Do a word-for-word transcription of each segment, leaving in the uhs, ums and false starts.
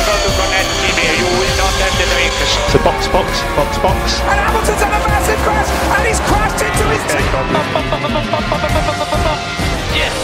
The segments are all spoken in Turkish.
struggle to connect, Kimi. You will not have the drinks. So box, box, box, box. And Hamilton's had a massive crash, and he's crashed into his team. Yes.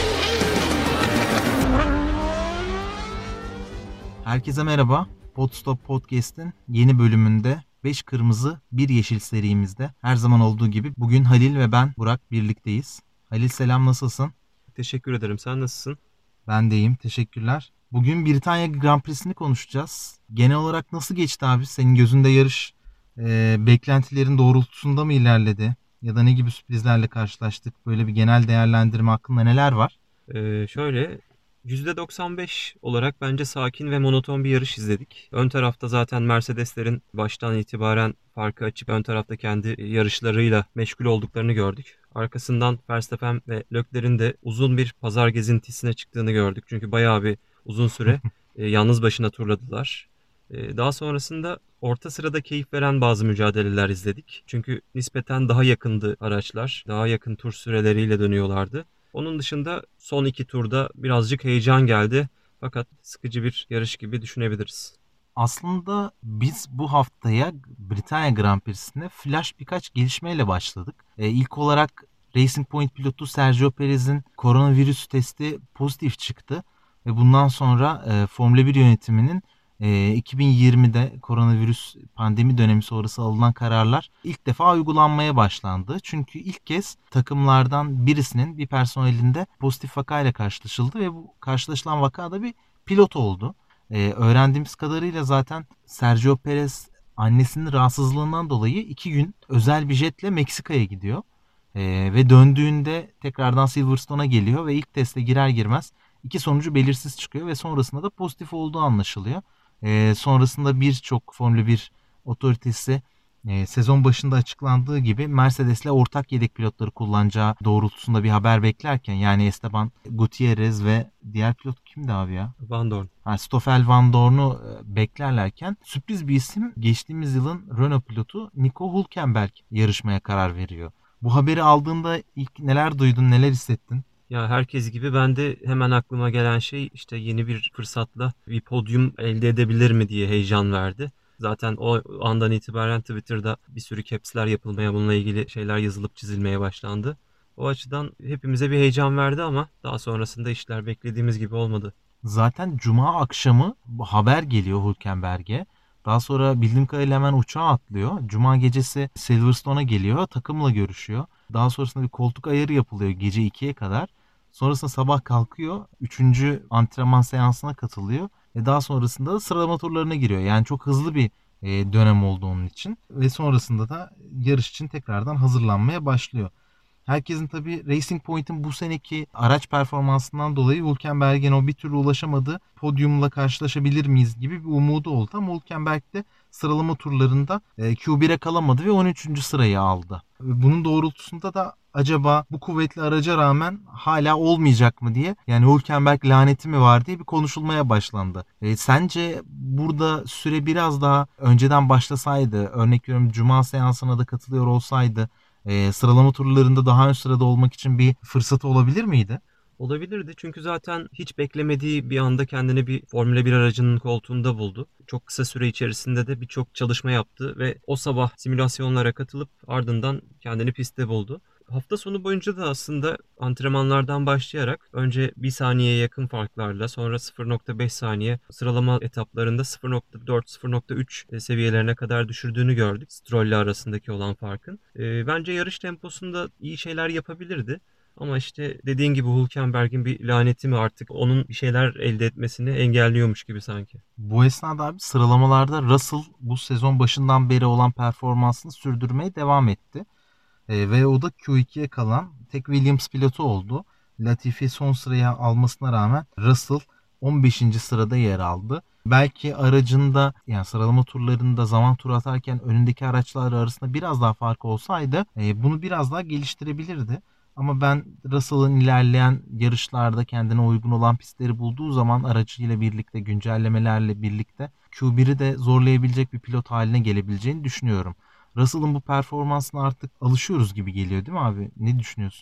Herkese merhaba. Podstop Podcast'in yeni bölümünde beş kırmızı bir yeşil serimizde her zaman olduğu gibi bugün Halil ve ben Burak birlikteyiz. Halil selam, nasılsın? Teşekkür ederim. Sen nasılsın? Ben de iyiyim, teşekkürler. Bugün Britanya Grand Prix'sini konuşacağız. Genel olarak nasıl geçti abi? Senin gözünde yarış e, beklentilerin doğrultusunda mı ilerledi? Ya da ne gibi sürprizlerle karşılaştık? Böyle bir genel değerlendirme hakkında neler var? Ee, şöyle yüzde doksan beş olarak bence sakin ve monoton bir yarış izledik. Ön tarafta zaten Mercedeslerin baştan itibaren farkı açıp ön tarafta kendi yarışlarıyla meşgul olduklarını gördük. Arkasından Verstappen ve Leclerc'in de uzun bir pazar gezintisine çıktığını gördük. Çünkü bayağı bir uzun süre e, yalnız başına turladılar. E, daha sonrasında orta sırada keyif veren bazı mücadeleler izledik. Çünkü nispeten daha yakındı araçlar. Daha yakın tur süreleriyle dönüyorlardı. Onun dışında son iki turda birazcık heyecan geldi. Fakat sıkıcı bir yarış gibi düşünebiliriz. Aslında biz bu haftaya Britanya Grand Prix'sine flash birkaç gelişmeyle başladık. Ee, ilk olarak Racing Point pilotu Sergio Perez'in koronavirüs testi pozitif çıktı. Ve bundan sonra e, Formula bir yönetiminin e, iki bin yirmide koronavirüs pandemi dönemi sonrası alınan kararlar ilk defa uygulanmaya başlandı. Çünkü ilk kez takımlardan birisinin bir personelinde pozitif vakayla karşılaşıldı ve bu karşılaşılan vaka da bir pilot oldu. Ee, öğrendiğimiz kadarıyla zaten Sergio Perez annesinin rahatsızlığından dolayı iki gün özel bir jetle Meksika'ya gidiyor. Ee, ve döndüğünde tekrardan Silverstone'a geliyor ve ilk teste girer girmez iki sonucu belirsiz çıkıyor ve sonrasında da pozitif olduğu anlaşılıyor. Ee, sonrasında birçok Formula bir otoritesi e, sezon başında açıklandığı gibi Mercedes'le ortak yedek pilotları kullanacağı doğrultusunda bir haber beklerken, yani Esteban Gutierrez ve diğer pilot kimdi abi ya? Van Dorn. Yani Stoffel Van Dorn'u beklerlerken sürpriz bir isim, geçtiğimiz yılın Renault pilotu Nico Hülkenberg yarışmaya karar veriyor. Bu haberi aldığında ilk neler duydun, neler hissettin? Ya herkes gibi ben de hemen aklıma gelen şey işte yeni bir fırsatla bir podyum elde edebilir mi diye heyecan verdi. Zaten o andan itibaren Twitter'da bir sürü caps'ler yapılmaya, bununla ilgili şeyler yazılıp çizilmeye başlandı. O açıdan hepimize bir heyecan verdi ama daha sonrasında işler beklediğimiz gibi olmadı. Zaten Cuma akşamı bu haber geliyor Hülkenberg'e. Daha sonra bildiğim kadarıyla hemen uçağa atlıyor. Cuma gecesi Silverstone'a geliyor, takımla görüşüyor. Daha sonrasında bir koltuk ayarı yapılıyor gece ikiye kadar. Sonrasında sabah kalkıyor, üçüncü antrenman seansına katılıyor. Ve daha sonrasında da sıralama turlarına giriyor. Yani çok hızlı bir dönem oldu onun için. Ve sonrasında da yarış için tekrardan hazırlanmaya başlıyor. Herkesin tabii Racing Point'in bu seneki araç performansından dolayı Hülkenberg'e o bir türlü ulaşamadı, podyumla karşılaşabilir miyiz gibi bir umudu oldu. Ama Hülkenberg de sıralama turlarında Q bire kalamadı ve on üçüncü sırayı aldı. Bunun doğrultusunda da acaba bu kuvvetli araca rağmen hala olmayacak mı diye, yani Hülkenberg laneti mi var diye bir konuşulmaya başlandı. E, sence burada süre biraz daha önceden başlasaydı, örnek veriyorum Cuma seansına da katılıyor olsaydı, e, sıralama turlarında daha ön sırada olmak için bir fırsatı olabilir miydi? Olabilirdi çünkü zaten hiç beklemediği bir anda kendini bir Formula bir aracının koltuğunda buldu. Çok kısa süre içerisinde de birçok çalışma yaptı ve o sabah simülasyonlara katılıp ardından kendini pistte buldu. Hafta sonu boyunca da aslında antrenmanlardan başlayarak önce bir saniyeye yakın farklarla, sonra sıfır nokta beş saniye sıralama etaplarında sıfır nokta dört sıfır nokta üç seviyelerine kadar düşürdüğünü gördük Stroll ile arasındaki olan farkın. E, bence yarış temposunda iyi şeyler yapabilirdi. Ama işte dediğin gibi Hülkenberg'in bir laneti mi artık onun bir şeyler elde etmesini engelliyormuş gibi sanki. Bu esnada abi sıralamalarda Russell bu sezon başından beri olan performansını sürdürmeye devam etti. E, ve o da Q ikiye kalan tek Williams pilotu oldu. Latifi son sıraya almasına rağmen Russell on beşinci sırada yer aldı. Belki aracında, yani sıralama turlarında zaman tur atarken önündeki araçlar arasında biraz daha fark olsaydı e, bunu biraz daha geliştirebilirdi. Ama ben Russell'ın ilerleyen yarışlarda kendine uygun olan pistleri bulduğu zaman aracıyla birlikte, güncellemelerle birlikte Q biri de zorlayabilecek bir pilot haline gelebileceğini düşünüyorum. Russell'ın bu performansına artık alışıyoruz gibi geliyor değil mi abi? Ne düşünüyorsun?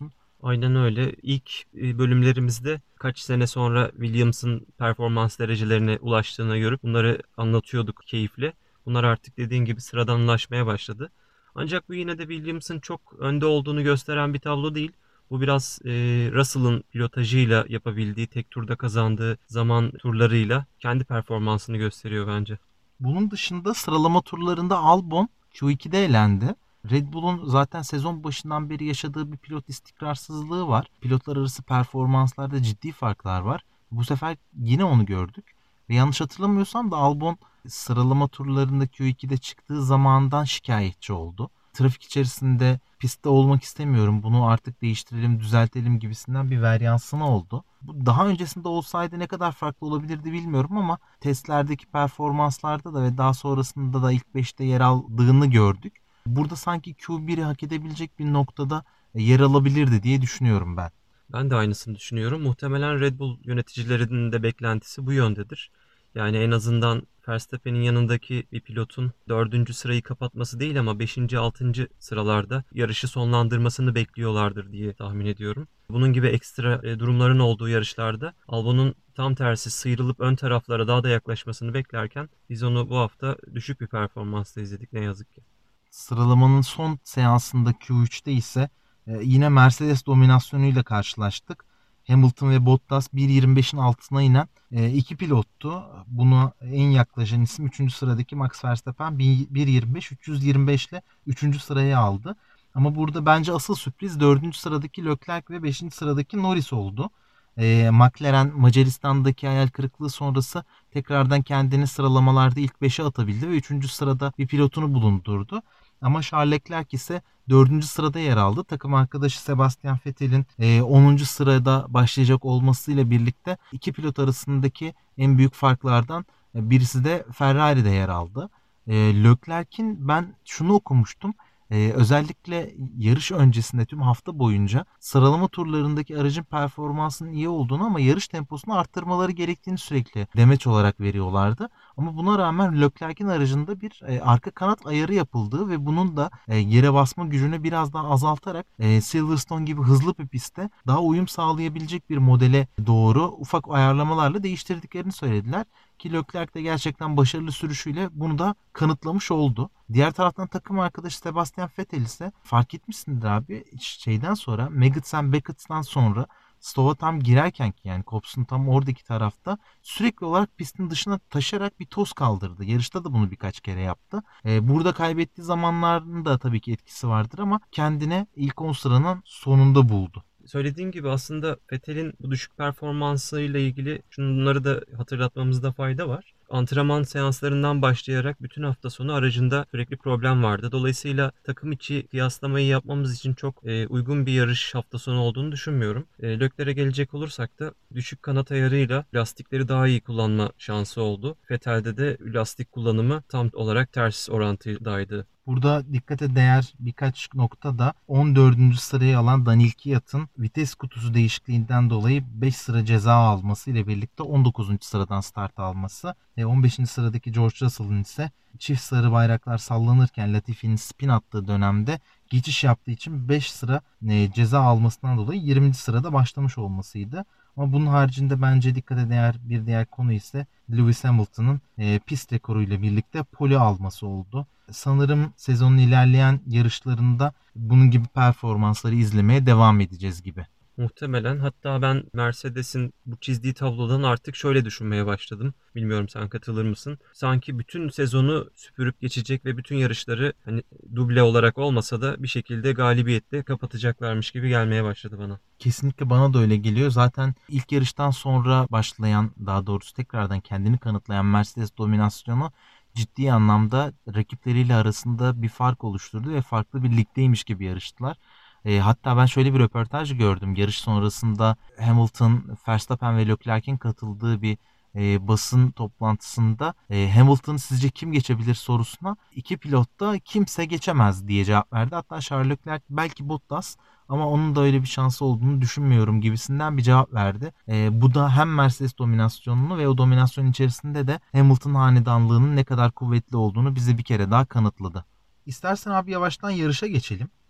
Aynen öyle. İlk e, bölümlerimizde kaç sene sonra Williams'ın performans derecelerine ulaştığını görüp bunları anlatıyorduk keyifle. Bunlar artık dediğin gibi sıradanlaşmaya başladı. Ancak bu yine de Williams'ın çok önde olduğunu gösteren bir tablo değil. Bu biraz e, Russell'ın pilotajıyla yapabildiği, tek turda kazandığı zaman turlarıyla kendi performansını gösteriyor bence. Bunun dışında sıralama turlarında Albon Q iki'de elendi. Red Bull'un zaten sezon başından beri yaşadığı bir pilot istikrarsızlığı var. Pilotlar arası performanslarda ciddi farklar var. Bu sefer yine onu gördük. Ve yanlış hatırlamıyorsam da Albon sıralama turlarında Q iki'de çıktığı zamandan şikayetçi oldu. Trafik içerisinde pistte olmak istemiyorum, bunu artık değiştirelim, düzeltelim gibisinden bir varyansına oldu. Bu daha öncesinde olsaydı ne kadar farklı olabilirdi bilmiyorum ama testlerdeki performanslarda da ve daha sonrasında da ilk beşte yer aldığını gördük. Burada sanki Q bir'i hak edebilecek bir noktada yer alabilirdi diye düşünüyorum ben. Ben de aynısını düşünüyorum. Muhtemelen Red Bull yöneticilerinin de beklentisi bu yöndedir. Yani en azından Verstappen'in yanındaki bir pilotun dördüncü sırayı kapatması değil ama beşinci altıncı sıralarda yarışı sonlandırmasını bekliyorlardır diye tahmin ediyorum. Bunun gibi ekstra durumların olduğu yarışlarda Albon'un tam tersi sıyrılıp ön taraflara daha da yaklaşmasını beklerken biz onu bu hafta düşük bir performansla izledik ne yazık ki. Sıralamanın son seansında Q üç'te ise yine Mercedes dominasyonuyla karşılaştık. Hamilton ve Bottas bir yirmi beşin altına inen iki pilottu. Buna en yaklaşan isim üçüncü sıradaki Max Verstappen bir yirmi beş üç yüz yirmi beş ile üçüncü sırayı aldı. Ama burada bence asıl sürpriz dördüncü sıradaki Leclerc ve beşinci sıradaki Norris oldu. E, McLaren Macaristan'daki hayal kırıklığı sonrası tekrardan kendini sıralamalarda ilk beşe atabildi ve üçüncü sırada bir pilotunu bulundurdu. Ama Charles Leclerc ise dördüncü sırada yer aldı. Takım arkadaşı Sebastian Vettel'in e, onuncu sırada başlayacak olmasıyla birlikte iki pilot arasındaki en büyük farklardan birisi de Ferrari'de yer aldı. E, Leclerc'in ben şunu okumuştum. Ee, özellikle yarış öncesinde tüm hafta boyunca sıralama turlarındaki aracın performansının iyi olduğunu ama yarış temposunu arttırmaları gerektiğini sürekli demeç olarak veriyorlardı. Ama buna rağmen Leclerc'in aracında bir e, arka kanat ayarı yapıldığı ve bunun da e, yere basma gücünü biraz daha azaltarak e, Silverstone gibi hızlı bir pistte daha uyum sağlayabilecek bir modele doğru ufak ayarlamalarla değiştirdiklerini söylediler. Ki Leclerc de gerçekten başarılı sürüşüyle bunu da kanıtlamış oldu. Diğer taraftan takım arkadaşı Sebastian Vettel ise fark etmişsindir abi şeyden sonra Magnussen Beckett'tan sonra stova tam girerken ki yani Kops'un tam oradaki tarafta sürekli olarak pistin dışına taşarak bir toz kaldırdı. Yarışta da bunu birkaç kere yaptı. Ee, burada kaybettiği zamanların da tabii ki etkisi vardır ama kendine ilk on sıranın sonunda buldu. Söylediğin gibi aslında Vettel'in bu düşük performansıyla ilgili şunları da hatırlatmamızda fayda var. Antrenman seanslarından başlayarak bütün hafta sonu aracında sürekli problem vardı. Dolayısıyla takım içi kıyaslamayı yapmamız için çok e, uygun bir yarış hafta sonu olduğunu düşünmüyorum. E, Leclerc'e gelecek olursak da düşük kanat ayarıyla lastikleri daha iyi kullanma şansı oldu. Vettel'de de lastik kullanımı tam olarak ters orantıdaydı. Burada dikkate değer birkaç nokta da on dördüncü sırayı alan Daniil Kvyat'ın vites kutusu değişikliğinden dolayı beş sıra ceza alması ile birlikte on dokuzuncu sıradan start alması ve on beşinci sıradaki George Russell'ın ise çift sarı bayraklar sallanırken Latifi'nin spin attığı dönemde geçiş yaptığı için beş sıra ceza almasından dolayı yirminci sırada başlamış olmasıydı. Ama bunun haricinde bence dikkate değer bir diğer konu ise Lewis Hamilton'ın e, pist rekoruyla birlikte pole alması oldu. Sanırım sezonun ilerleyen yarışlarında bunun gibi performansları izlemeye devam edeceğiz gibi. Muhtemelen. Hatta ben Mercedes'in bu çizdiği tablodan artık şöyle düşünmeye başladım. Bilmiyorum sen katılır mısın? Sanki bütün sezonu süpürüp geçecek ve bütün yarışları hani duble olarak olmasa da bir şekilde galibiyetle kapatacaklarmış gibi gelmeye başladı bana. Kesinlikle bana da öyle geliyor. Zaten ilk yarıştan sonra başlayan, daha doğrusu tekrardan kendini kanıtlayan Mercedes dominasyonu ciddi anlamda rakipleriyle arasında bir fark oluşturdu ve farklı bir ligdeymiş gibi yarıştılar. E, hatta ben şöyle bir röportaj gördüm. Yarış sonrasında Hamilton, Verstappen ve Leclerc'in katıldığı bir e, basın toplantısında e, Hamilton sizce kim geçebilir sorusuna iki pilot da kimse geçemez diye cevap verdi. Hatta Charles Leclerc belki Bottas ama onun da öyle bir şansı olduğunu düşünmüyorum gibisinden bir cevap verdi. E, bu da hem Mercedes dominasyonunu ve o dominasyon içerisinde de Hamilton hanedanlığının ne kadar kuvvetli olduğunu bize bir kere daha kanıtladı. İstersen abi yavaştan yarışa geçelim.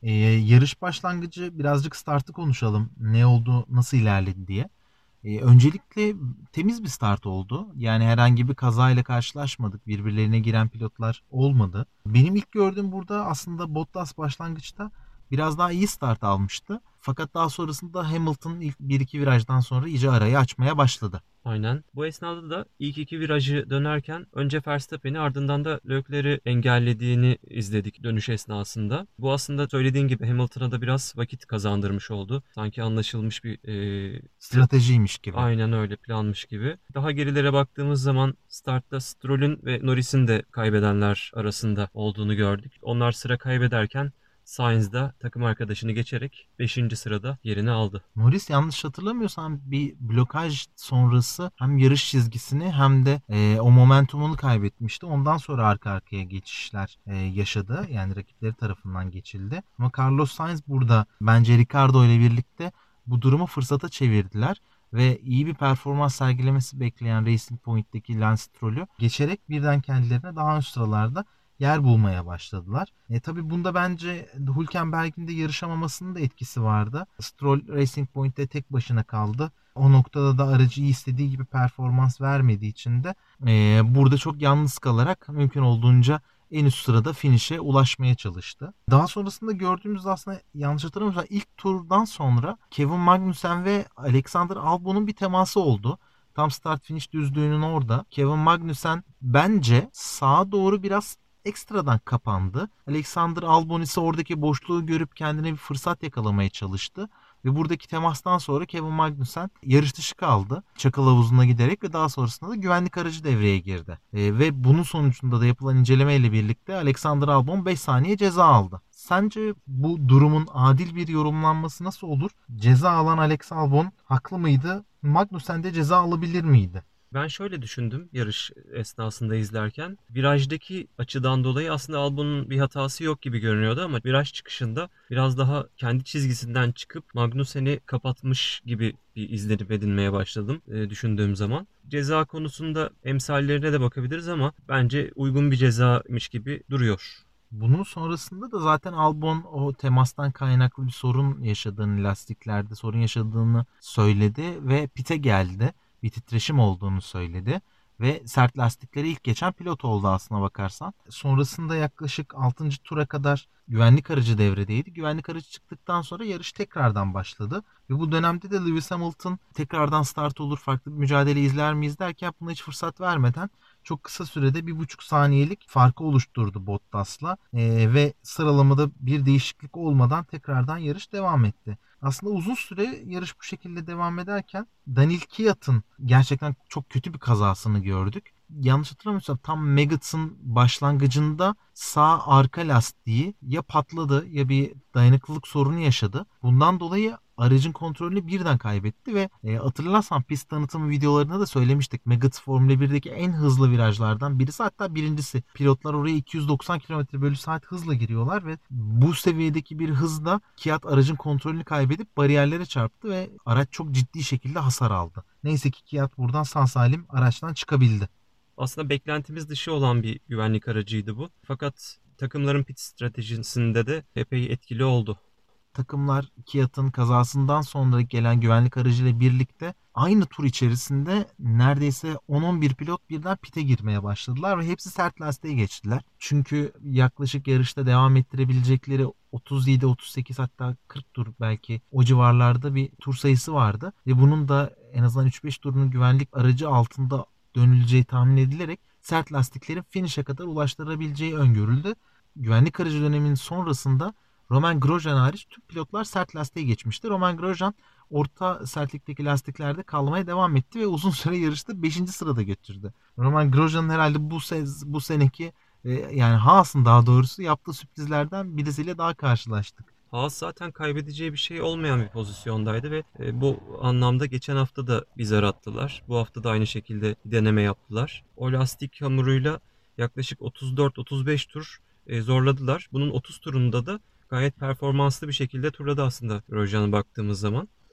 Ee, yarış başlangıcı birazcık startı konuşalım. Ne oldu, nasıl ilerledi diye. Ee, öncelikle temiz bir start oldu. Yani herhangi bir kazayla karşılaşmadık. Birbirlerine giren pilotlar olmadı. Benim ilk gördüğüm burada aslında Bottas başlangıçta biraz daha iyi start almıştı. Fakat daha sonrasında Hamilton ilk bir iki virajdan sonra iyice arayı açmaya başladı. Aynen. Bu esnada da ilk iki virajı dönerken önce Verstappen'i ardından da Leclerc'i engellediğini izledik dönüş esnasında. Bu aslında söylediğin gibi Hamilton'a da biraz vakit kazandırmış oldu. Sanki anlaşılmış bir e, Stratejiymiş gibi. Aynen öyle, planmış gibi. Daha gerilere baktığımız zaman startta Stroll'ün ve Norris'in de kaybedenler arasında olduğunu gördük. Onlar sıra kaybederken Sainz da takım arkadaşını geçerek beşinci sırada yerini aldı. Norris yanlış hatırlamıyorsam bir blokaj sonrası hem yarış çizgisini hem de e, o momentumunu kaybetmişti. Ondan sonra arka arkaya geçişler e, yaşadı. Yani rakipleri tarafından geçildi. Ama Carlos Sainz burada bence Ricardo ile birlikte bu durumu fırsata çevirdiler. Ve iyi bir performans sergilemesi bekleyen Racing Point'teki Lance Stroll'ü geçerek birden kendilerine daha üst sıralarda yer bulmaya başladılar. E, tabii bunda bence Hülkenberg'in de yarışamamasının da etkisi vardı. Stroll Racing Point'te tek başına kaldı. O noktada da aracı istediği gibi performans vermediği için de e, burada çok yalnız kalarak mümkün olduğunca en üst sırada finish'e ulaşmaya çalıştı. Daha sonrasında gördüğümüz aslında yanlış hatırlamıyorsam ilk turdan sonra Kevin Magnussen ve Alexander Albon'un bir teması oldu. Tam start finish düzlüğünün orada. Kevin Magnussen bence sağa doğru biraz ekstradan kapandı. Alexander Albon ise oradaki boşluğu görüp kendine bir fırsat yakalamaya çalıştı. Ve buradaki temastan sonra Kevin Magnussen yarış dışı kaldı. Çakıl havuzuna giderek ve daha sonrasında da güvenlik aracı devreye girdi. E, ve bunun sonucunda da yapılan incelemeyle birlikte Alexander Albon beş saniye ceza aldı. Sence bu durumun adil bir yorumlanması nasıl olur? Ceza alan Alex Albon haklı mıydı? Magnussen de ceza alabilir miydi? Ben şöyle düşündüm yarış esnasında izlerken. Virajdaki açıdan dolayı aslında Albon'un bir hatası yok gibi görünüyordu ama viraj çıkışında biraz daha kendi çizgisinden çıkıp Magnussen'i kapatmış gibi bir izlenim edinmeye başladım e, düşündüğüm zaman. Ceza konusunda emsallerine de bakabiliriz ama bence uygun bir cezamış gibi duruyor. Bunun sonrasında da zaten Albon o temastan kaynaklı bir sorun yaşadığını, lastiklerde sorun yaşadığını söyledi ve pite geldi. Bir titreşim olduğunu söyledi ve sert lastikleri ilk geçen pilot oldu aslına bakarsan. Sonrasında yaklaşık altıncı tura kadar güvenlik aracı devredeydi. Güvenlik aracı çıktıktan sonra yarış tekrardan başladı. Ve bu dönemde de Lewis Hamilton tekrardan start olur, farklı bir mücadele izler miyiz derken buna hiç fırsat vermeden çok kısa sürede bir buçuk saniyelik farkı oluşturdu Bottas'la ee, ve sıralamada bir değişiklik olmadan tekrardan yarış devam etti. Aslında uzun süre yarış bu şekilde devam ederken Daniil Kvyat'ın gerçekten çok kötü bir kazasını gördük. Yanlış hatırlamıyorsam tam Maggots'ın başlangıcında sağ arka lastiği ya patladı ya bir dayanıklılık sorunu yaşadı. Bundan dolayı aracın kontrolünü birden kaybetti ve e, hatırlarsan pist tanıtım videolarında da söylemiştik. Maggots Formula birdeki en hızlı virajlardan birisi, hatta birincisi. Pilotlar oraya iki yüz doksan kilometre bölü saat hızla giriyorlar ve bu seviyedeki bir hızda Kvyat aracın kontrolünü kaybedip bariyerlere çarptı ve araç çok ciddi şekilde hasar aldı. Neyse ki Kvyat buradan sağ salim araçtan çıkabildi. Aslında beklentimiz dışı olan bir güvenlik aracıydı bu. Fakat takımların pit stratejisinde de epey etkili oldu. Takımlar Kvyat'ın kazasından sonra gelen güvenlik aracıyla birlikte aynı tur içerisinde neredeyse on on bir pilot birden pite girmeye başladılar ve hepsi sert lastiğe geçtiler. Çünkü yaklaşık yarışta devam ettirebilecekleri otuz yedi otuz sekiz hatta kırk tur belki o civarlarda bir tur sayısı vardı. Ve bunun da en azından üç beş turunun güvenlik aracı altında dönüleceği tahmin edilerek sert lastiklerin finish'e kadar ulaştırabileceği öngörüldü. Güvenlik aracı döneminin sonrasında Romain Grosjean hariç tüm pilotlar sert lastiğe geçmişti. Romain Grosjean orta sertlikteki lastiklerde kalmaya devam etti ve uzun süre yarışta beşinci sırada götürdü. Romain Grosjean'ın herhalde bu sez, bu seneki e, yani Haas'ın daha doğrusu yaptığı sürprizlerden birisiyle daha karşılaştık. Haas zaten kaybedeceği bir şey olmayan bir pozisyondaydı ve bu anlamda geçen hafta da bir zar attılar. Bu hafta da aynı şekilde deneme yaptılar. O lastik hamuruyla yaklaşık otuz dört otuz beş tur zorladılar. Bunun otuz turunda da gayet performanslı bir şekilde turladı aslında Grosjean'a baktığımız zaman.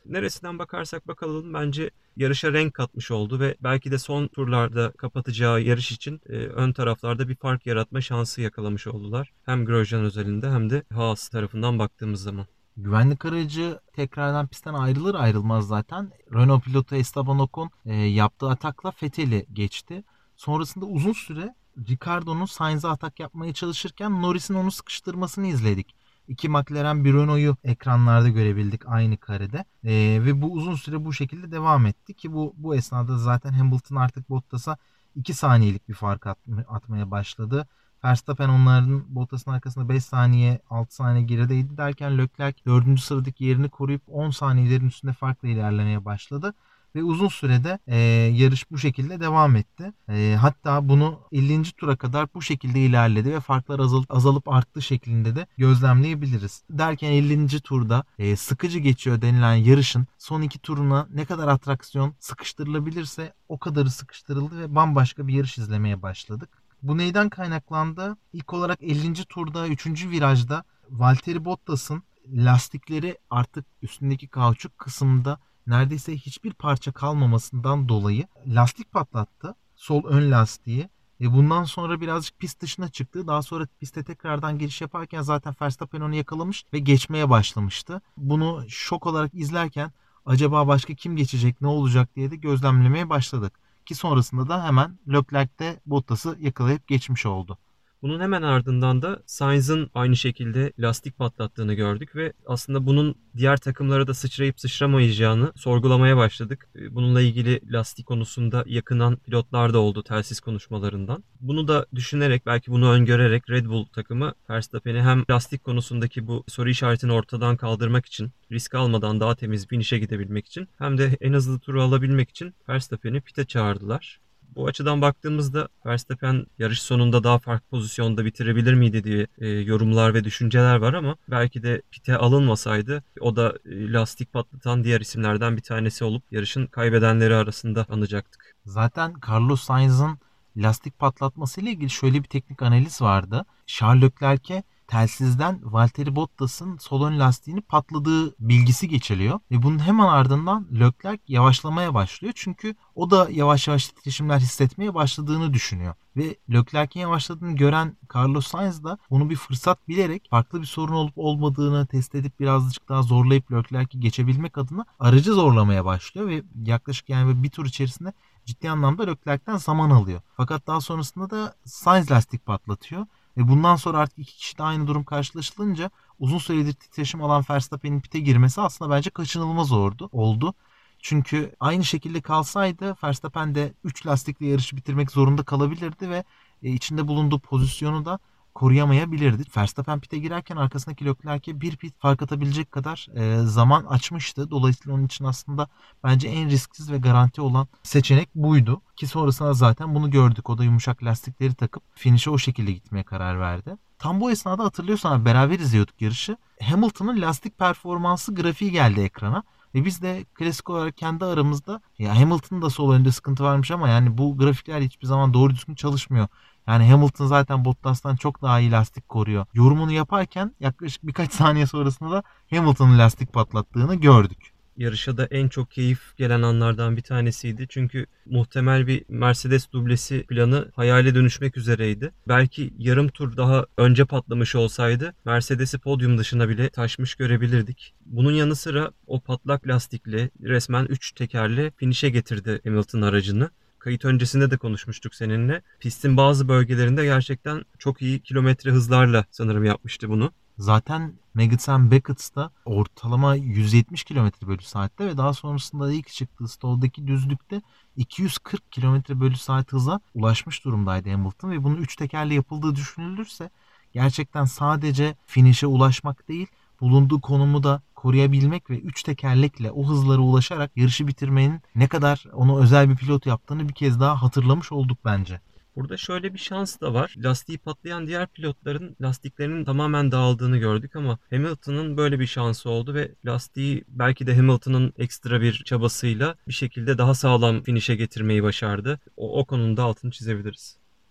Neresinden bakarsak bakalım bence yarışa renk katmış oldu ve belki de son turlarda kapatacağı yarış için e, ön taraflarda bir fark yaratma şansı yakalamış oldular. Hem Grosjean özelinde hem de Haas tarafından baktığımız zaman. Güvenlik aracı tekrardan pistten ayrılır ayrılmaz zaten Renault pilotu Esteban Ocon e, yaptığı atakla Vettel'i geçti. Sonrasında uzun süre Ricciardo'nun Sainz'a atak yapmaya çalışırken Norris'in onu sıkıştırmasını izledik. İki McLaren bir Renault'u ekranlarda görebildik aynı karede. Ee, ve bu uzun süre bu şekilde devam etti ki bu bu esnada zaten Hamilton artık Bottas'a iki saniyelik bir fark atma, atmaya başladı. Verstappen onların Bottas'ın arkasında beş saniye altı saniye gerideydi derken Leclerc dördüncü sıradaki yerini koruyup on saniyelerin üstünde farkla ilerlemeye başladı. Ve uzun sürede e, yarış bu şekilde devam etti. E, hatta bunu ellinci tura kadar bu şekilde ilerledi ve farklar azalıp, azalıp arttı şeklinde de gözlemleyebiliriz. Derken ellinci turda e, sıkıcı geçiyor denilen yarışın son iki turuna ne kadar atraksiyon sıkıştırılabilirse o kadarı sıkıştırıldı ve bambaşka bir yarış izlemeye başladık. Bu neyden kaynaklandı? İlk olarak ellinci turda üçüncü virajda Valtteri Bottas'ın lastikleri artık üstündeki kauçuk kısmında neredeyse hiçbir parça kalmamasından dolayı lastik patlattı. Sol ön lastiği. Ve bundan sonra birazcık pist dışına çıktı. Daha sonra piste tekrardan giriş yaparken zaten Verstappen onu yakalamış ve geçmeye başlamıştı. Bunu şok olarak izlerken acaba başka kim geçecek, ne olacak diye de gözlemlemeye başladık. Ki sonrasında da hemen Leclerc de Bottas'ı yakalayıp geçmiş oldu. Bunun hemen ardından da Sainz'ın aynı şekilde lastik patlattığını gördük ve aslında bunun diğer takımlara da sıçrayıp sıçramayacağını sorgulamaya başladık. Bununla ilgili lastik konusunda yakınan pilotlar da oldu telsiz konuşmalarından. Bunu da düşünerek, belki bunu öngörerek Red Bull takımı Verstappen'i hem lastik konusundaki bu soru işaretini ortadan kaldırmak için, risk almadan daha temiz finish'e gidebilmek için hem de en hızlı turu alabilmek için Verstappen'i pite çağırdılar. Bu açıdan baktığımızda Verstappen yarış sonunda daha farklı pozisyonda bitirebilir miydi diye e, yorumlar ve düşünceler var ama belki de pite alınmasaydı o da e, lastik patlatan diğer isimlerden bir tanesi olup yarışın kaybedenleri arasında anacaktık. Zaten Carlos Sainz'ın lastik patlatması ile ilgili şöyle bir teknik analiz vardı. Charles Leclerc'e telsizden Valtteri Bottas'ın sol ön lastiğini patladığı bilgisi geçiliyor. Ve bunun hemen ardından Leclerc yavaşlamaya başlıyor. Çünkü o da yavaş yavaş titreşimler hissetmeye başladığını düşünüyor. Ve Leclerc'in yavaşladığını gören Carlos Sainz da bunu bir fırsat bilerek farklı bir sorun olup olmadığını test edip birazcık daha zorlayıp Leclerc'i geçebilmek adına aracı zorlamaya başlıyor. Ve yaklaşık yani bir tur içerisinde ciddi anlamda Leclerc'ten zaman alıyor. Fakat daha sonrasında da Sainz lastik patlatıyor. Ve bundan sonra artık iki kişi de aynı durum karşılaşılınca uzun süredir titreşim alan Verstappen'in pite girmesi aslında bence kaçınılmaz oldu. oldu. Çünkü aynı şekilde kalsaydı Verstappen de üç lastikle yarışı bitirmek zorunda kalabilirdi ve içinde bulunduğu pozisyonu da koruyamayabilirdi. Verstappen pite girerken arkasındaki Leclerc'e bir pit fark atabilecek kadar e, zaman açmıştı. Dolayısıyla onun için aslında bence en risksiz ve garanti olan seçenek buydu. Ki sonrasında zaten bunu gördük. O da yumuşak lastikleri takıp finish'e o şekilde gitmeye karar verdi. Tam bu esnada hatırlıyorsan beraber izliyorduk yarışı. Hamilton'ın lastik performansı grafiği geldi ekrana. Ve biz de klasik olarak kendi aramızda ya Hamilton'ın da sol önünde sıkıntı varmış ama yani bu grafikler hiçbir zaman doğru düzgün çalışmıyor. Yani Hamilton zaten Bottas'tan çok daha iyi lastik koruyor. Yorumunu yaparken yaklaşık birkaç saniye sonrasında da Hamilton'ın lastik patlattığını gördük. Yarışa da en çok keyif gelen anlardan bir tanesiydi. Çünkü muhtemel bir Mercedes dublesi planı hayale dönüşmek üzereydi. Belki yarım tur daha önce patlamış olsaydı Mercedes'i podyum dışına bile taşmış görebilirdik. Bunun yanı sıra o patlak lastikle resmen üç tekerle finish'e getirdi Hamilton aracını. Kayıt öncesinde de konuşmuştuk seninle. Pistin bazı bölgelerinde gerçekten çok iyi kilometre hızlarla sanırım yapmıştı bunu. Zaten Magnussen Beckett'da ortalama yüz yetmiş kilometre bölü saatte ve daha sonrasında ilk çıktığı stoldaki düzlükte iki yüz kırk kilometre bölü saat hıza ulaşmış durumdaydı Hamilton ve bunun üç tekerle yapıldığı düşünülürse gerçekten sadece finish'e ulaşmak değil, bulunduğu konumu da koruyabilmek ve üç tekerlekle o hızlara ulaşarak yarışı bitirmenin ne kadar onu özel bir pilot yaptığını bir kez daha hatırlamış olduk bence. Burada şöyle bir şans da var. Lastiği patlayan diğer pilotların lastiklerinin tamamen dağıldığını gördük ama Hamilton'ın böyle bir şansı oldu ve lastiği belki de Hamilton'ın ekstra bir çabasıyla bir şekilde daha sağlam finish'e getirmeyi başardı. O, o konuda altını çizebiliriz.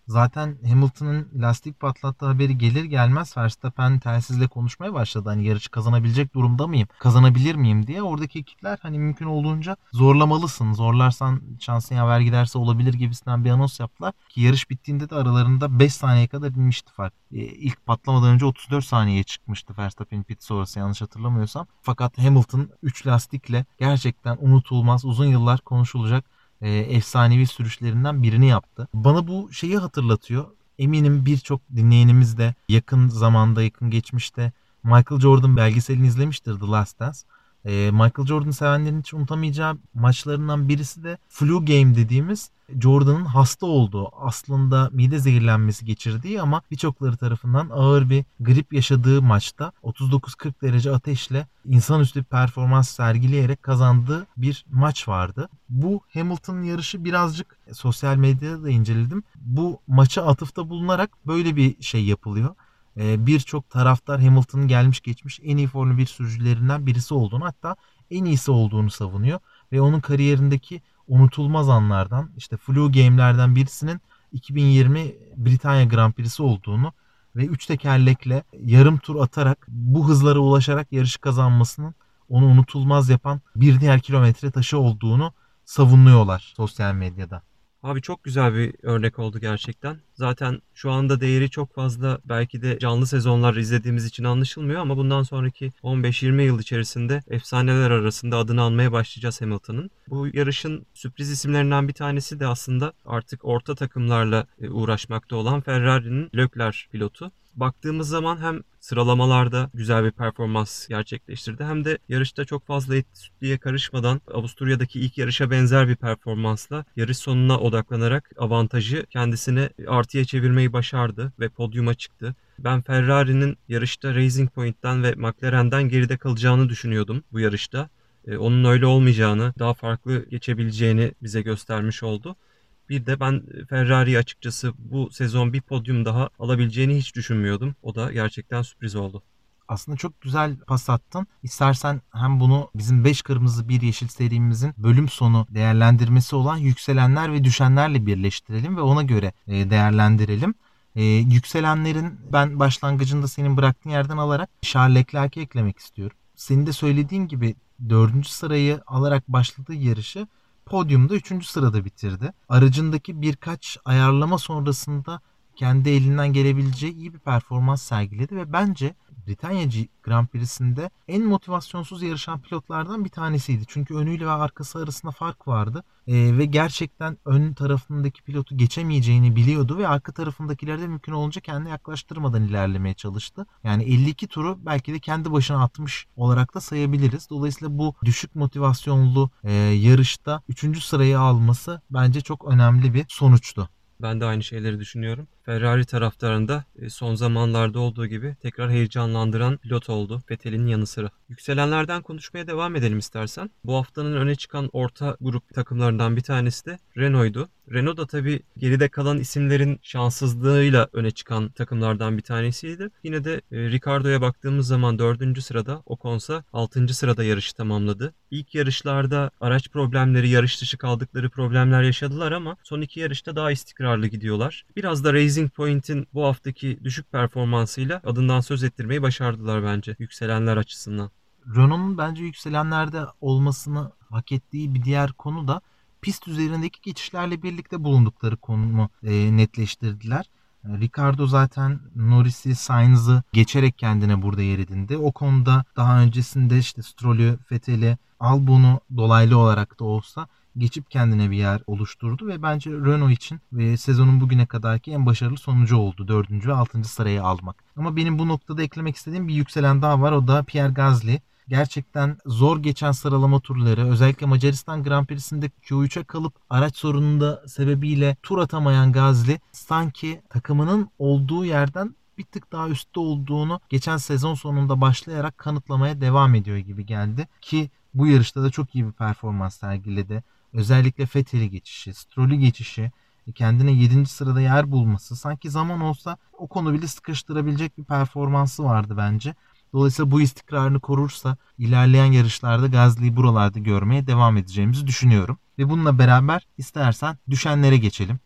Zaten Hamilton'ın lastik patlattığı haberi gelir gelmez Verstappen telsizle konuşmaya başladı. Hani yarışı kazanabilecek durumda mıyım? Kazanabilir miyim diye. Oradaki ekipler hani mümkün olduğunca zorlamalısın. Zorlarsan şansın yaver giderse olabilir gibisinden bir anons yaptılar. Ki yarış bittiğinde de aralarında beş saniyeye kadar inmişti fark. E, ilk patlamadan önce otuz dört saniyeye çıkmıştı Verstappen'in pit sonrası yanlış hatırlamıyorsam. Fakat Hamilton üç lastikle gerçekten unutulmaz, uzun yıllar konuşulacak e, efsanevi sürüşlerinden birini yaptı. Bana bu şeyi hatırlatıyor. Eminim birçok dinleyenimiz de yakın zamanda, yakın geçmişte Michael Jordan belgeselini izlemiştir, The Last Dance. E, Michael Jordan sevenlerin hiç unutamayacağı maçlarından birisi de flu game dediğimiz Jordan'ın hasta olduğu, aslında mide zehirlenmesi geçirdiği ama birçokları tarafından ağır bir grip yaşadığı maçta otuz dokuz kırk derece ateşle insanüstü bir performans sergileyerek kazandığı bir maç vardı. Bu Hamilton yarışı birazcık sosyal medyada da inceledim. Bu maça atıfta bulunarak böyle bir şey yapılıyor. Birçok taraftar Hamilton'ın gelmiş geçmiş en iyi Formula bir sürücülerinden birisi olduğunu, hatta en iyisi olduğunu savunuyor. Ve onun kariyerindeki unutulmaz anlardan, işte flu game'lerden birisinin iki bin yirmi Britanya Grand Prix'si olduğunu ve üç tekerlekle yarım tur atarak bu hızlara ulaşarak yarışı kazanmasının onu unutulmaz yapan bir diğer kilometre taşı olduğunu savunuyorlar sosyal medyada. Abi çok güzel bir örnek oldu gerçekten. Zaten şu anda değeri çok fazla, belki de canlı sezonlar izlediğimiz için anlaşılmıyor ama bundan sonraki on beş yirmi yıl içerisinde efsaneler arasında adını anmaya başlayacağız Hamilton'ın. Bu yarışın sürpriz isimlerinden bir tanesi de aslında artık orta takımlarla uğraşmakta olan Ferrari'nin Leclerc pilotu. Baktığımız zaman hem sıralamalarda güzel bir performans gerçekleştirdi hem de yarışta çok fazla et sütlüye karışmadan Avusturya'daki ilk yarışa benzer bir performansla yarış sonuna odaklanarak avantajı kendisine artıya çevirmeyi başardı ve podyuma çıktı. Ben Ferrari'nin yarışta Racing Point'ten ve McLaren'den geride kalacağını düşünüyordum bu yarışta. Onun öyle olmayacağını, daha farklı geçebileceğini bize göstermiş oldu. Bir de ben Ferrari açıkçası bu sezon bir podyum daha alabileceğini hiç düşünmüyordum. O da gerçekten sürpriz oldu. Aslında çok güzel pas attın. İstersen hem bunu bizim beş kırmızı bir yeşil serimizin bölüm sonu değerlendirmesi olan yükselenler ve düşenlerle birleştirelim ve ona göre değerlendirelim. Ee, yükselenlerin ben başlangıcında senin bıraktığın yerden alarak Charles Leclerc'i eklemek istiyorum. Senin de söylediğin gibi dördüncü sırayı alarak başladığı yarışı podyumda üçüncü sırada bitirdi. Aracındaki birkaç ayarlama sonrasında kendi elinden gelebileceği iyi bir performans sergiledi ve bence Britanya Grand Prix'sinde en motivasyonsuz yarışan pilotlardan bir tanesiydi. Çünkü önüyle ve arkası arasında fark vardı ee, ve gerçekten ön tarafındaki pilotu geçemeyeceğini biliyordu ve arka tarafındakileri de mümkün olunca kendine yaklaştırmadan ilerlemeye çalıştı. Yani elli iki turu belki de kendi başına atmış olarak da sayabiliriz. Dolayısıyla bu düşük motivasyonlu e, yarışta üçüncü sırayı alması bence çok önemli bir sonuçtu. Ben de aynı şeyleri düşünüyorum. Ferrari taraftarında son zamanlarda olduğu gibi tekrar heyecanlandıran pilot oldu Vettel'in yanı sıra. Yükselenlerden konuşmaya devam edelim istersen. Bu haftanın öne çıkan orta grup takımlarından bir tanesi de Renault'ydu. Renault da tabii geride kalan isimlerin şanssızlığıyla öne çıkan takımlardan bir tanesiydi. Yine de Ricciardo'ya baktığımız zaman dördüncü sırada, Ocon'sa altıncı sırada yarışı tamamladı. İlk yarışlarda araç problemleri, yarış dışı kaldıkları problemler yaşadılar ama son iki yarışta daha istikrarlı gidiyorlar. Biraz da Racing Point'in bu haftaki düşük performansıyla adından söz ettirmeyi başardılar bence yükselenler açısından. Renault'un bence yükselenlerde olmasını hak ettiği bir diğer konu da pist üzerindeki geçişlerle birlikte bulundukları konumu e, netleştirdiler. Ricciardo zaten Norris'i, Sainz'ı geçerek kendine burada yer edindi. O konuda daha öncesinde işte Stroll'ü, Vettel'i, Albon'u dolaylı olarak da olsa geçip kendine bir yer oluşturdu ve bence Renault için ve sezonun bugüne kadarki en başarılı sonucu oldu. dördüncü ve altıncı sırayı almak. Ama benim bu noktada eklemek istediğim bir yükselen daha var. O da Pierre Gasly. Gerçekten zor geçen sıralama turları, özellikle Macaristan Grand Prix'sinde Q üçe kalıp araç sorununda sebebiyle tur atamayan Gasly sanki takımının olduğu yerden bir tık daha üstte olduğunu geçen sezon sonunda başlayarak kanıtlamaya devam ediyor gibi geldi. Ki bu yarışta da çok iyi bir performans sergiledi. Özellikle Vettel'i geçişi, Stroll'ü geçişi, kendine yedinci sırada yer bulması, sanki zaman olsa o konu bile sıkıştırabilecek bir performansı vardı bence. Dolayısıyla bu istikrarını korursa ilerleyen yarışlarda Gasly'yi buralarda görmeye devam edeceğimizi düşünüyorum. Ve bununla beraber istersen düşenlere geçelim.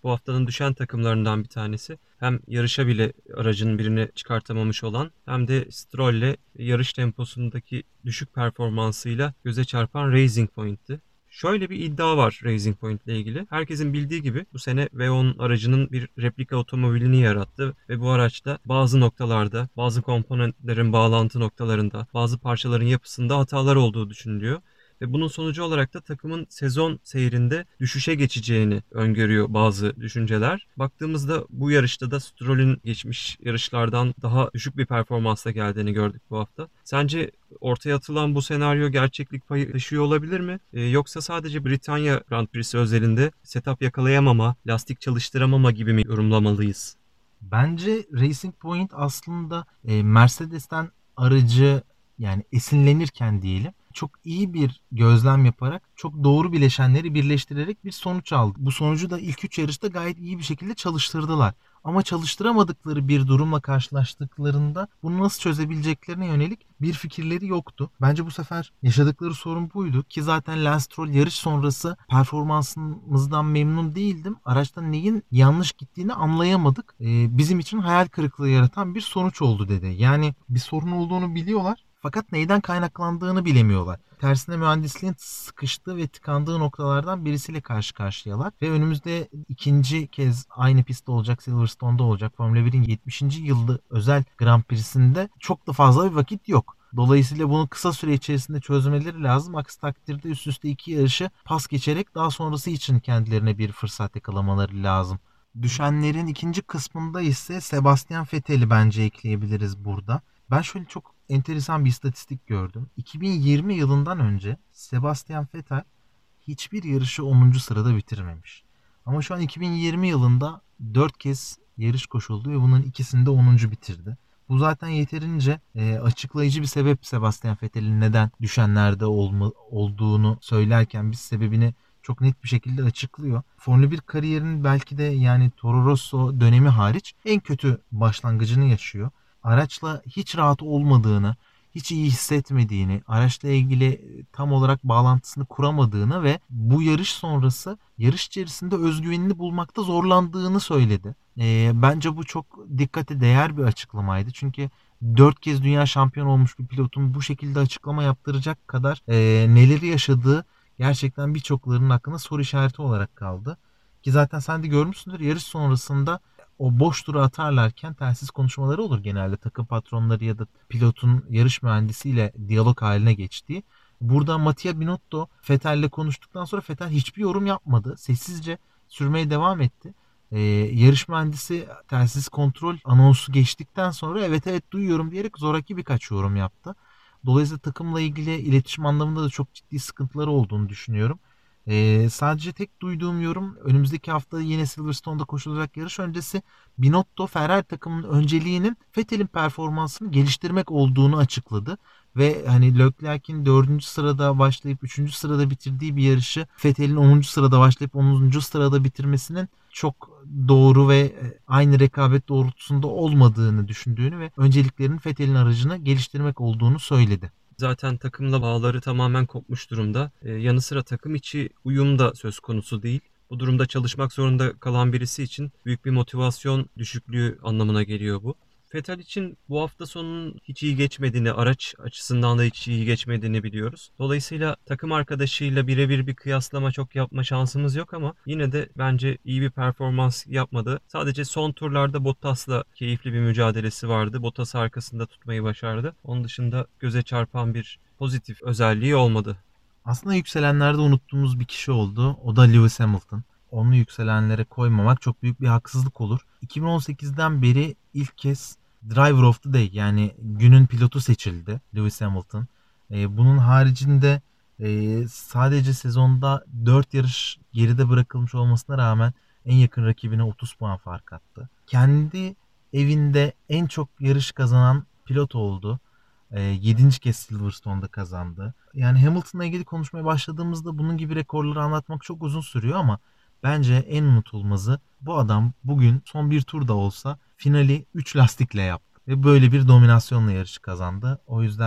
bu haftanın düşen takımlarından bir tanesi. Hem yarışa bile aracın birini çıkartamamış olan hem de Stroll'le yarış temposundaki düşük performansıyla göze çarpan Racing Point'ti. Şöyle bir iddia var Racing Point ile ilgili. Herkesin bildiği gibi bu sene V on aracının bir replika otomobilini yarattı ve bu araçta bazı noktalarda, bazı komponentlerin bağlantı noktalarında, bazı parçaların yapısında hatalar olduğu düşünülüyor. Ve bunun sonucu olarak da takımın sezon seyrinde düşüşe geçeceğini öngörüyor bazı düşünceler. Baktığımızda bu yarışta da Stroll'ün geçmiş yarışlardan daha düşük bir performansla geldiğini gördük bu hafta. Sence ortaya atılan bu senaryo gerçeklik payı taşıyor olabilir mi? Ee, yoksa sadece Britanya Grand Prix'si özelinde setup yakalayamama, lastik çalıştıramama gibi mi yorumlamalıyız? Bence Racing Point aslında e, Mercedes'ten aracı yani esinlenirken diyelim çok iyi bir gözlem yaparak çok doğru bileşenleri birleştirerek bir sonuç aldı. Bu sonucu da ilk üç yarışta gayet iyi bir şekilde çalıştırdılar. Ama çalıştıramadıkları bir durumla karşılaştıklarında bunu nasıl çözebileceklerine yönelik bir fikirleri yoktu. Bence bu sefer yaşadıkları sorun buydu ki zaten Lance Stroll yarış sonrası performansımızdan memnun değildim. Araçta neyin yanlış gittiğini anlayamadık. Ee, bizim için hayal kırıklığı yaratan bir sonuç oldu dedi. Yani bir sorun olduğunu biliyorlar. Fakat neyden kaynaklandığını bilemiyorlar. Tersine mühendisliğin sıkıştığı ve tıkandığı noktalardan birisiyle karşı karşıyalar. Ve önümüzde ikinci kez aynı pistte olacak, Silverstone'da olacak. Formula birin yetmişinci yılı özel Grand Prix'sinde çok da fazla bir vakit yok. Dolayısıyla bunu kısa süre içerisinde çözmeleri lazım. Aksi takdirde üst üste iki yarışı pas geçerek daha sonrası için kendilerine bir fırsat yakalamaları lazım. Düşenlerin ikinci kısmında ise Sebastian Vettel'i bence ekleyebiliriz burada. Ben şöyle çok enteresan bir istatistik gördüm. iki bin yirmi yılından önce Sebastian Vettel hiçbir yarışı onuncu sırada bitirmemiş. Ama şu an iki bin yirmi yılında dört kez yarış koşuldu ve bunun ikisini de onuncu bitirdi. Bu zaten yeterince e, açıklayıcı bir sebep Sebastian Vettel'in neden düşenlerde olma, olduğunu söylerken biz sebebini çok net bir şekilde açıklıyor. Formula bir kariyerinin belki de yani Toro Rosso dönemi hariç en kötü başlangıcını yaşıyor. Araçla hiç rahat olmadığını, hiç iyi hissetmediğini, araçla ilgili tam olarak bağlantısını kuramadığını ve bu yarış sonrası yarış içerisinde özgüvenini bulmakta zorlandığını söyledi. E, bence bu çok dikkate değer bir açıklamaydı. Çünkü dört kez dünya şampiyonu olmuş bir pilotun bu şekilde açıklama yaptıracak kadar e, neleri yaşadığı gerçekten birçoklarının aklına soru işareti olarak kaldı. Ki zaten sen de görmüşsündür yarış sonrasında o boş turu atarlarken telsiz konuşmaları olur genelde takım patronları ya da pilotun yarış mühendisiyle diyalog haline geçtiği. Burada Mattia Binotto Vettel'le konuştuktan sonra Vettel hiçbir yorum yapmadı. Sessizce sürmeye devam etti. Ee, yarış mühendisi telsiz kontrol anonsu geçtikten sonra evet evet duyuyorum diyerek zoraki birkaç yorum yaptı. Dolayısıyla takımla ilgili iletişim anlamında da çok ciddi sıkıntıları olduğunu düşünüyorum. Ee, sadece tek duyduğum yorum önümüzdeki hafta yine Silverstone'da koşulacak yarış öncesi Binotto Ferrari takımının önceliğinin Vettel'in performansını geliştirmek olduğunu açıkladı. Ve hani Leclerc'in dördüncü sırada başlayıp üçüncü sırada bitirdiği bir yarışı Vettel'in onuncu sırada başlayıp onuncu sırada bitirmesinin çok doğru ve aynı rekabet doğrultusunda olmadığını düşündüğünü ve önceliklerinin Vettel'in aracını geliştirmek olduğunu söyledi. Zaten takımla bağları tamamen kopmuş durumda. Ee, yanı sıra takım içi uyum da söz konusu değil. Bu durumda çalışmak zorunda kalan birisi için büyük bir motivasyon düşüklüğü anlamına geliyor bu. Vettel için bu hafta sonunun hiç iyi geçmediğini, araç açısından da hiç iyi geçmediğini biliyoruz. Dolayısıyla takım arkadaşıyla birebir bir kıyaslama çok yapma şansımız yok ama yine de bence iyi bir performans yapmadı. Sadece son turlarda Bottas'la keyifli bir mücadelesi vardı. Bottas'ı arkasında tutmayı başardı. Onun dışında göze çarpan bir pozitif özelliği olmadı. Aslında yükselenlerde unuttuğumuz bir kişi oldu. O da Lewis Hamilton. Onu yükselenlere koymamak çok büyük bir haksızlık olur. iki bin on sekizden beri ilk kez Driver of the Day yani günün pilotu seçildi Lewis Hamilton. Ee, bunun haricinde e, sadece sezonda dört yarış geride bırakılmış olmasına rağmen en yakın rakibine otuz puan fark attı. Kendi evinde en çok yarış kazanan pilot oldu. yedinci kez Silverstone'da kazandı. Yani Hamilton'la ilgili konuşmaya başladığımızda bunun gibi rekorları anlatmak çok uzun sürüyor ama bence en unutulmazı bu adam bugün son bir turda olsa finali üç lastikle yaptı. Ve böyle bir dominasyonla yarışı kazandı. O yüzden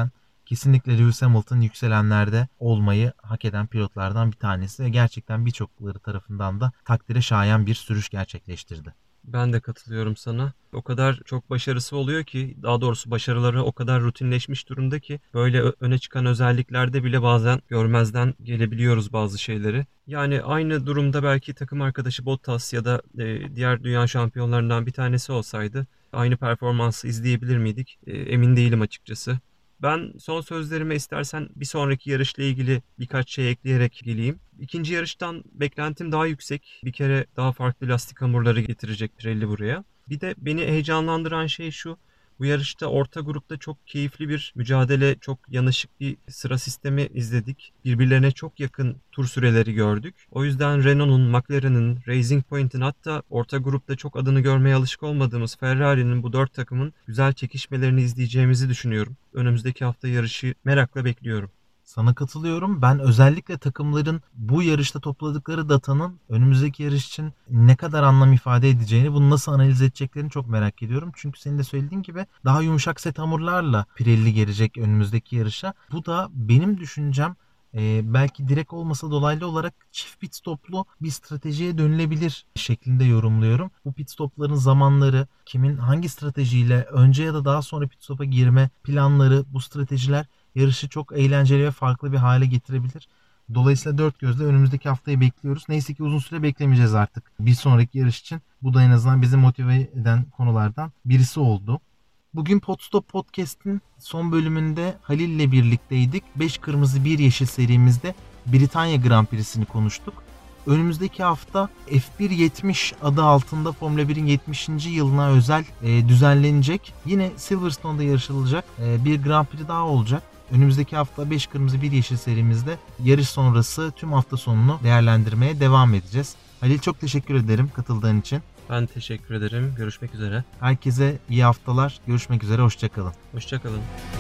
kesinlikle Lewis Hamilton yükselenlerde olmayı hak eden pilotlardan bir tanesi ve gerçekten birçokları tarafından da takdire şayan bir sürüş gerçekleştirdi. Ben de katılıyorum sana. O kadar çok başarısı oluyor ki, daha doğrusu başarıları o kadar rutinleşmiş durumda ki böyle öne çıkan özelliklerde bile bazen görmezden gelebiliyoruz bazı şeyleri. Yani aynı durumda belki takım arkadaşı Bottas ya da e, diğer dünya şampiyonlarından bir tanesi olsaydı aynı performansı izleyebilir miydik? E, emin değilim açıkçası. Ben son sözlerime istersen bir sonraki yarışla ilgili birkaç şey ekleyerek geleyim. İkinci yarıştan beklentim daha yüksek. Bir kere daha farklı lastik hamurları getirecek Pirelli buraya. Bir de beni heyecanlandıran şey şu. Bu yarışta orta grupta çok keyifli bir mücadele, çok yanışık bir sıra sistemi izledik. Birbirlerine çok yakın tur süreleri gördük. O yüzden Renault'un, McLaren'ın, Racing Point'in, hatta orta grupta çok adını görmeye alışık olmadığımız Ferrari'nin bu dört takımın güzel çekişmelerini izleyeceğimizi düşünüyorum. Önümüzdeki hafta yarışı merakla bekliyorum. Sana katılıyorum. Ben özellikle takımların bu yarışta topladıkları datanın önümüzdeki yarış için ne kadar anlam ifade edeceğini, bunu nasıl analiz edeceklerini çok merak ediyorum. Çünkü senin de söylediğin gibi daha yumuşak set hamurlarla Pirelli gelecek önümüzdeki yarışa. Bu da benim düşüncem e, belki direkt olmasa dolaylı olarak çift pit stoplu bir stratejiye dönülebilir şeklinde yorumluyorum. Bu pit stopların zamanları, kimin hangi stratejiyle önce ya da daha sonra pit stopa girme planları, bu stratejiler yarışı çok eğlenceli ve farklı bir hale getirebilir. Dolayısıyla dört gözle önümüzdeki haftayı bekliyoruz. Neyse ki uzun süre beklemeyeceğiz artık bir sonraki yarış için. Bu da en azından bizi motive eden konulardan birisi oldu. Bugün Podstop Podcast'in son bölümünde Halil ile birlikteydik. beş kırmızı bir yeşil serimizde Britanya Grand Prix'sini konuştuk. Önümüzdeki hafta F bir yetmiş adı altında Formula birin yetmişinci yılına özel e, düzenlenecek. Yine Silverstone'da yarışılacak e, bir Grand Prix daha olacak. Önümüzdeki hafta beş kırmızı bir yeşil serimizde yarış sonrası tüm hafta sonunu değerlendirmeye devam edeceğiz. Halil, çok teşekkür ederim katıldığın için. Ben teşekkür ederim. Görüşmek üzere. Herkese iyi haftalar. Görüşmek üzere. Hoşça kalın. Hoşça kalın.